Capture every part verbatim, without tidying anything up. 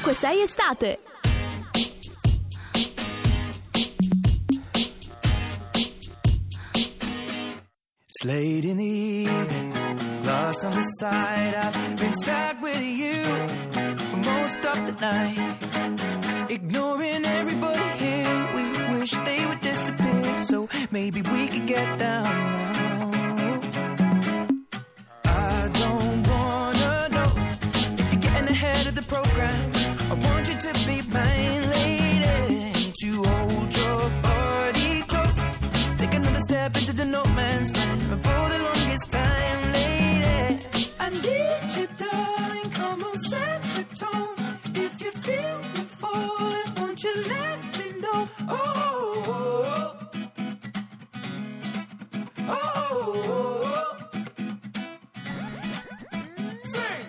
Ovunque sei estate. It's late in the evening, lost on the side. I've been sad with you for most of the night, ignoring everybody here. We wish they would disappear, so maybe we could get down now. I don't wanna know if you're getting ahead of the program. I want you to be mine, lady, to hold your body close. Take another step into the no man's land. For the longest time, lady, I need you, darling. Come on, set the tone. If you feel me falling, won't you let me know? Oh, oh, oh, oh, oh. Sing.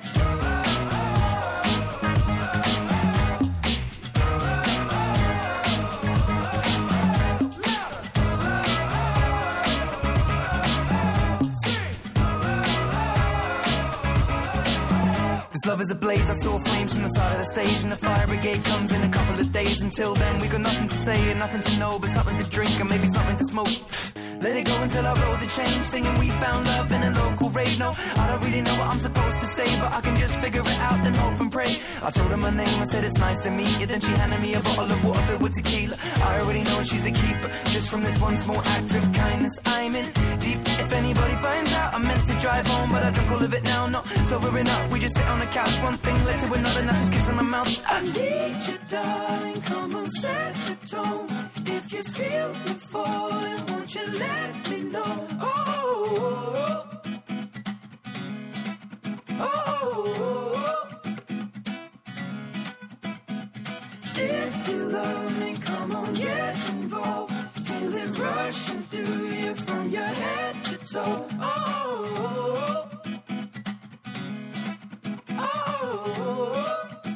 This love is ablaze, I saw flames from the side of the stage, and the fire brigade comes in a couple of days. Until then we got nothing to say and nothing to know, but something to drink and maybe something to smoke. Let it go until our roads are changed, singing we found love in a local rave. No, I don't really know what I'm supposed to say, but I can just figure it out and hope and pray. I told her my name, I said it's nice to meet you. Then she handed me a bottle of water filled with tequila. I already know she's a keeper, just from this one small act of kindness. I'm in deep, if anybody finds out. I meant to drive home, but I drunk all of it now. Not sobering up, we just sit on the couch. One thing led to another, now just kiss on my mouth. I need you, darling, come on, set the tone. If you feel me falling, won't you let me know? Oh, oh, oh, oh, oh. If you love me, come on, get involved. Feel it rushing through you from your head to toe. Oh, oh, oh, oh, oh.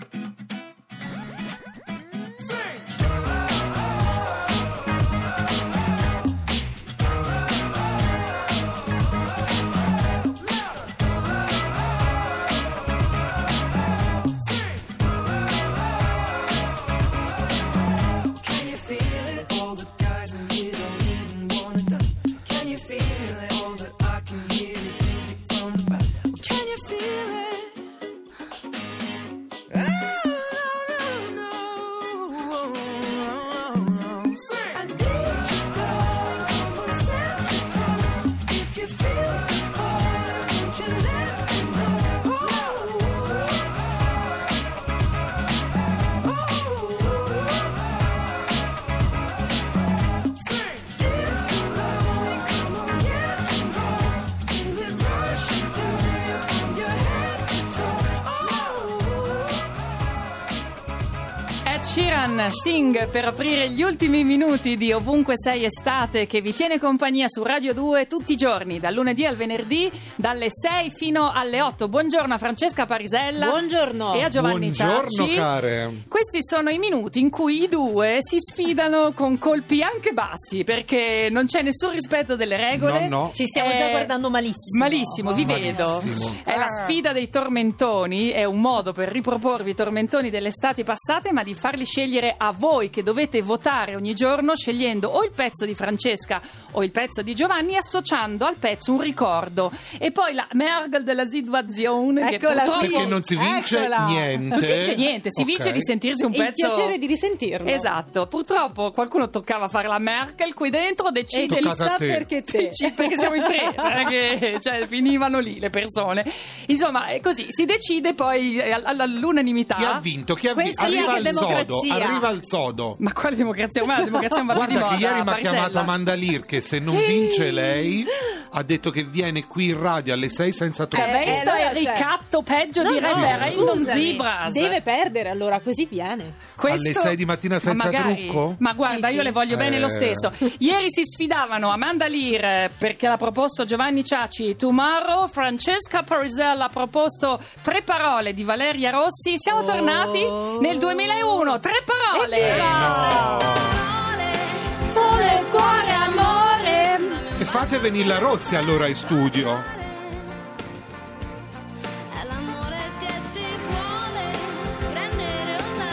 Sheeran, Sing, per aprire gli ultimi minuti di Ovunque sei estate, che vi tiene compagnia su Radio due tutti i giorni, dal lunedì al venerdì, dalle sei fino alle otto. Buongiorno a Francesca Parisella. Buongiorno. E a Giovanni Buongiorno, Ciacci. care. Questi sono i minuti in cui i due si sfidano con colpi anche bassi, perché non c'è nessun rispetto delle regole. No, no. Ci stiamo Eh, già guardando malissimo. Malissimo, vi vedo. Malissimo. È la sfida dei tormentoni, è un modo per riproporvi i tormentoni delle estati passate, ma di farli scegliere a voi, che dovete votare ogni giorno scegliendo o il pezzo di Francesca o il pezzo di Giovanni, associando al pezzo un ricordo. E poi la mergel della situazione, che Eccola purtroppo Perché non si vince Eccola. niente. non si vince niente, si Ok. vince di sentirsi un Il pezzo. piacere di risentirlo. Esatto, purtroppo qualcuno toccava fare la Merkel qui dentro, E decide Toccata chissà a te. perché te. Dici, perché siamo in tre, perché cioè, finivano lì le persone. Insomma, è così, si decide poi eh, all- all'unanimità. Chi ha vinto? Chi ha vinto? Questa è Arriva anche al sodo. democrazia. Arriva al sodo. Ma quale democrazia? Ma la democrazia è un valore di Guarda moda. che ieri mi ha Parisella. chiamato Amanda Lear, che se non vince lei ha detto che viene qui in radio alle sei senza Che trucco. Eh, questo allora, è il cioè- ricatto peggio No, di no, referendum scusami. Zebras. Deve perdere, allora così viene. Questo- Alle sei di mattina senza ma magari, trucco? Ma guarda, Dici? io le voglio bene lo Eh. stesso. Ieri si sfidavano Amanda Lear, perché l'ha proposto Giovanni Ciacci, Tomorrow. Francesca Parisella ha proposto Tre parole di Valeria Rossi. Siamo Oh. tornati nel duemilauno. Tre parole. Evviva! Sole, cuore, amore. E fate venire la Rossi allora in studio. È l'amore che ti vuole prendere un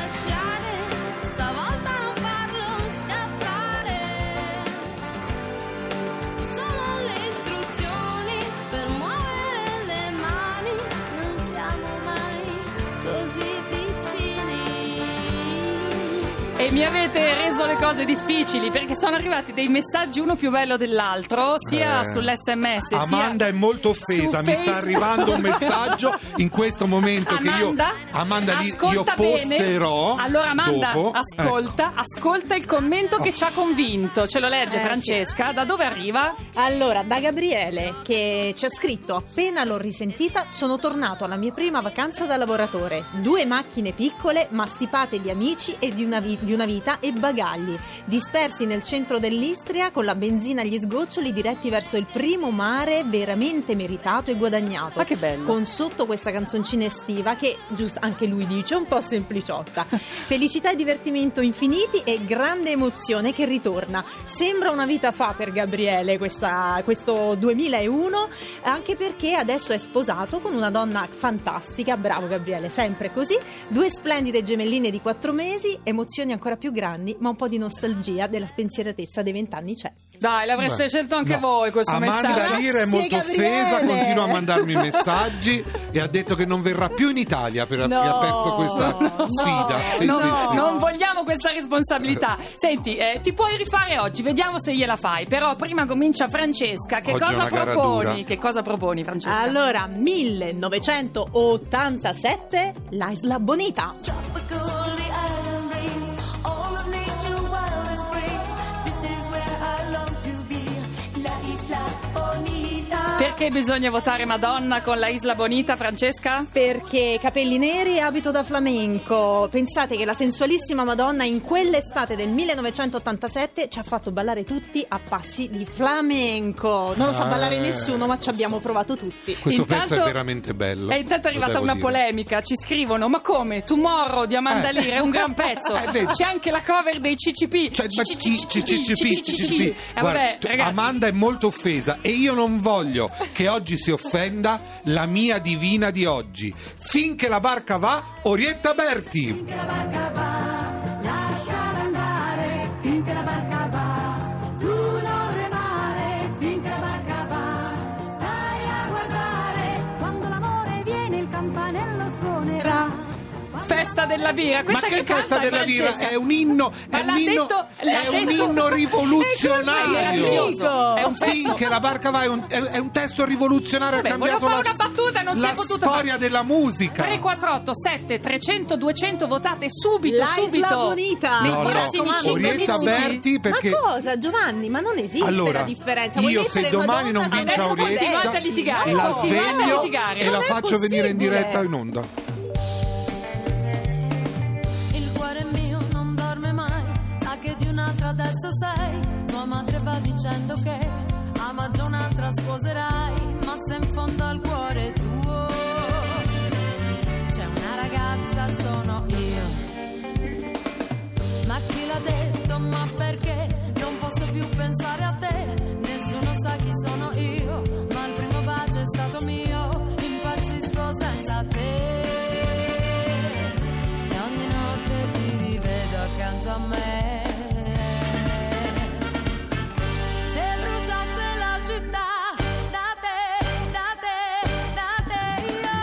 mi avete reso le cose difficili perché sono arrivati dei messaggi uno più bello dell'altro, sia Eh. sull'esse emme esse Amanda sia è molto offesa, su mi sta Facebook. arrivando un messaggio in questo momento che io Amanda, Amanda lì, ascolta io bene. posterò. Allora Amanda, dopo. ascolta, ascolta il commento che ci ha convinto. Ce lo legge Eh, Francesca. Da dove arriva? Allora, da Gabriele, che ci ha scritto: appena l'ho risentita sono tornato alla mia prima vacanza da lavoratore. Due macchine piccole ma stipate di amici e di una, vi- di una vita e bagagli, dispersi nel centro dell'Istria con la benzina agli sgoccioli diretti verso il primo mare veramente meritato e guadagnato. Ma che bello. Con sotto questa canzoncina estiva che, giusto, anche lui dice, un po' sempliciotta. Felicità e divertimento infiniti e grande emozione che ritorna. Sembra una vita fa per Gabriele questa, questo duemilauno, anche perché adesso è sposato con una donna fantastica. Bravo Gabriele, sempre così. Due splendide gemelline di quattro mesi, emozioni ancora più grandi, ma un po' di nostalgia della spensieratezza dei vent'anni c'è. Dai, l'avreste Beh, scelto anche no. voi questo Amanda messaggio. Lira è molto Grazie, offesa, Gabriele. continua a mandarmi messaggi e ha detto che non verrà più in Italia per No, che ha perso questa no, sfida. Sì, No, sì, sì. non vogliamo questa responsabilità. Senti, eh, ti puoi rifare oggi, vediamo se gliela fai. Però prima comincia Francesca. Che Oggi è cosa una gara proponi? dura. Che cosa proponi, Francesca? Allora, millenovecentottantasette, La Isla Bonita. Tropical, the island breeze, all of nature wild and free. This is where I long to be, La Isla Bonita. Perché bisogna votare Madonna con la Isla Bonita, Francesca? Perché capelli neri e abito da flamenco. Pensate che la sensualissima Madonna in quell'estate del millenovecentottantasette ci ha fatto ballare tutti a passi di flamenco. Non lo sa Ah, ballare nessuno, ma ci so. abbiamo provato tutti. Questo Intanto- pezzo è veramente bello. E intanto è lo arrivata devo una dire. polemica. Ci scrivono: ma come? Tomorrow di Amanda Eh. Lira è un gran pezzo. Eh, vedi. C'è anche la cover dei C C P. Cioè, ma ci- ci- ci- ci- ci- ci- ci- ci- Eh, vabbè, Guarda, tu- ragazzi. Amanda è molto offesa e io non voglio che oggi si offenda la mia divina di oggi. Finché la barca va, Orietta Berti. Finché la barca va, lasciala andare, finché la barca va, tu non remare, finché la barca va, stai a guardare, quando l'amore viene il campanello suonerà. Festa della birra. Questa Ma che canta festa della birra? Francesca? È un inno, Ma è l'ha un inno, detto- l'ha è un detto- inno È rivoluzionario. meraviglioso. È un pezzo. Finché la barca va è un, è- è un testo rivoluzionario. Vabbè, ha cambiato volevo la, fare una battuta e non si la è potuto storia fare. della musica. tre quattro otto sette trecento duecento votate subito, La subito. Isla Bonita. Nei No, no, prossimi no, cinque Orietta minuti. Berti perché Ma cosa, Giovanni? Ma non esiste allora la differenza. Vuoi io se mettere domani Madonna non che vince Adesso adesso continuate Orietta a litigare. la Continuate a sveglio litigare. e Non la è faccio venire in possibile. diretta in onda. Il cuore mio non dorme mai, sa che di un'altra adesso sei. Tua madre va dicendo che a maggio un'altra sposerai, ma se in fondo al cuore tuo c'è una ragazza, sono io. Ma chi l'ha detto, ma perché non posso più pensare a te? Nessuno sa chi sono io, ma il primo bacio è stato mio, impazzisco senza te. E ogni notte ti rivedo accanto a me. Se bruciasse la città, da te, da te, da te io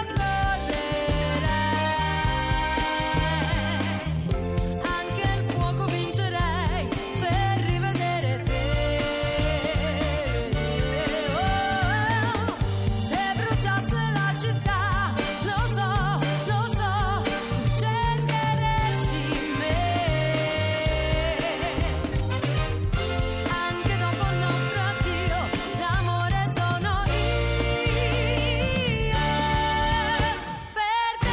correrei. Anche il fuoco vincerei per rivedere te. Oh, se bruciasse la città, lo so, lo so, tu cercheresti me. Anche dopo il nostro addio, l'amore sono io per te.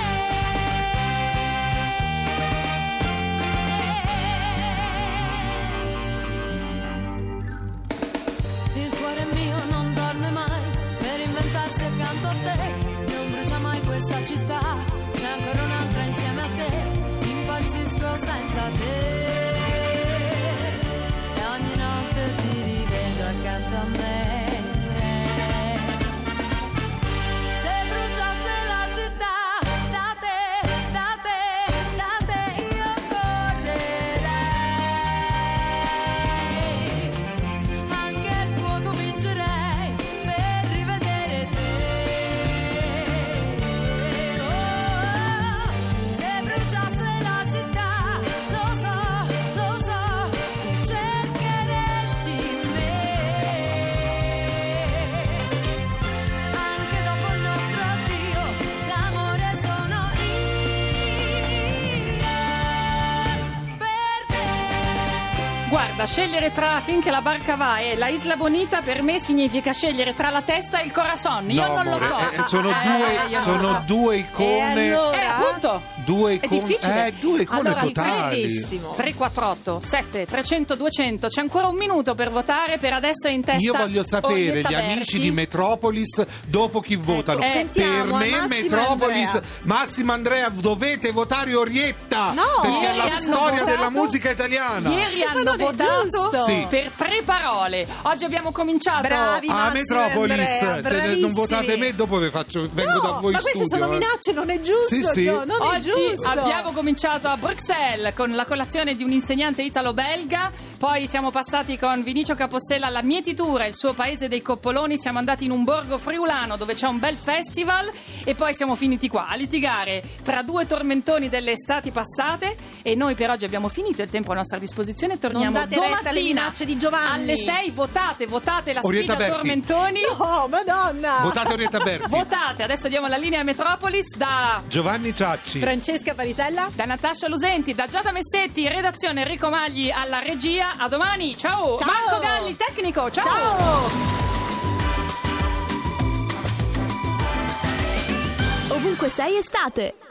Il cuore mio non dorme mai per inventarsi accanto a te. Non brucia mai questa città, c'è ancora un'altra insieme a te. Impazzisco senza te. E ogni notte ti rivedo accanto a me. Se bruciasse la città, da te, da te, da te io correrei. Anche il fuoco vincerei per rivedere te. Oh, se bruciasse la città, lo so, guarda, scegliere tra Finché la barca va e La Isla Bonita per me significa scegliere tra la testa e il corazon. Io No, non lo amore, so. eh, sono Eh, due, io non lo sono so. due icone. E allora? Eh, appunto. Due È icone. difficile. Eh, due icone Allora, totali. Bellissimo. tre quattro otto sette trecento duecento, c'è ancora un minuto per votare. Per adesso è in testa Io voglio sapere Orietta gli Berti. amici di Metropolis dopo chi votano. eh, per sentiamo, me Massimo Metropolis, Andrea. Massimo Andrea, dovete votare Orietta, No, perché è ieri la hanno storia votato- della musica italiana. Ieri Ma hanno non è votato giusto. Sì. per tre parole. Oggi abbiamo cominciato. Bravi. A Massimo Metropolis, Andrea, se non bravissimi. votate me, dopo vi faccio, vengo No, da voi ma in queste studio. sono eh. minacce, non è giusto, Sì, sì. Gio, non è Oggi giusto. abbiamo cominciato a Bruxelles con la colazione di un insegnante italo-belga, poi siamo passati con Vinicio Capossela alla mietitura, il suo paese dei coppoloni, siamo andati in un borgo friulano dove c'è un bel festival e poi siamo finiti qua a litigare tra due tormentoni delle estati passate e noi per oggi abbiamo finito, il tempo a nostra disposizione, torniamo Non date retta alle domattina minacce di Giovanni. alle sei, votate, votate la Orietta sfida Berti. tormentoni. Oh, madonna. Votate Orietta Berti. Votate, adesso diamo la linea a Metropolis da Giovanni Ciacci. Francesca Parisella. Da Natascia Lusenti, da Giada Messetti, redazione Enrico Magli alla regia. A domani, ciao! Ciao. Marco Galli, tecnico, ciao! Ciao. Ovunque sei estate.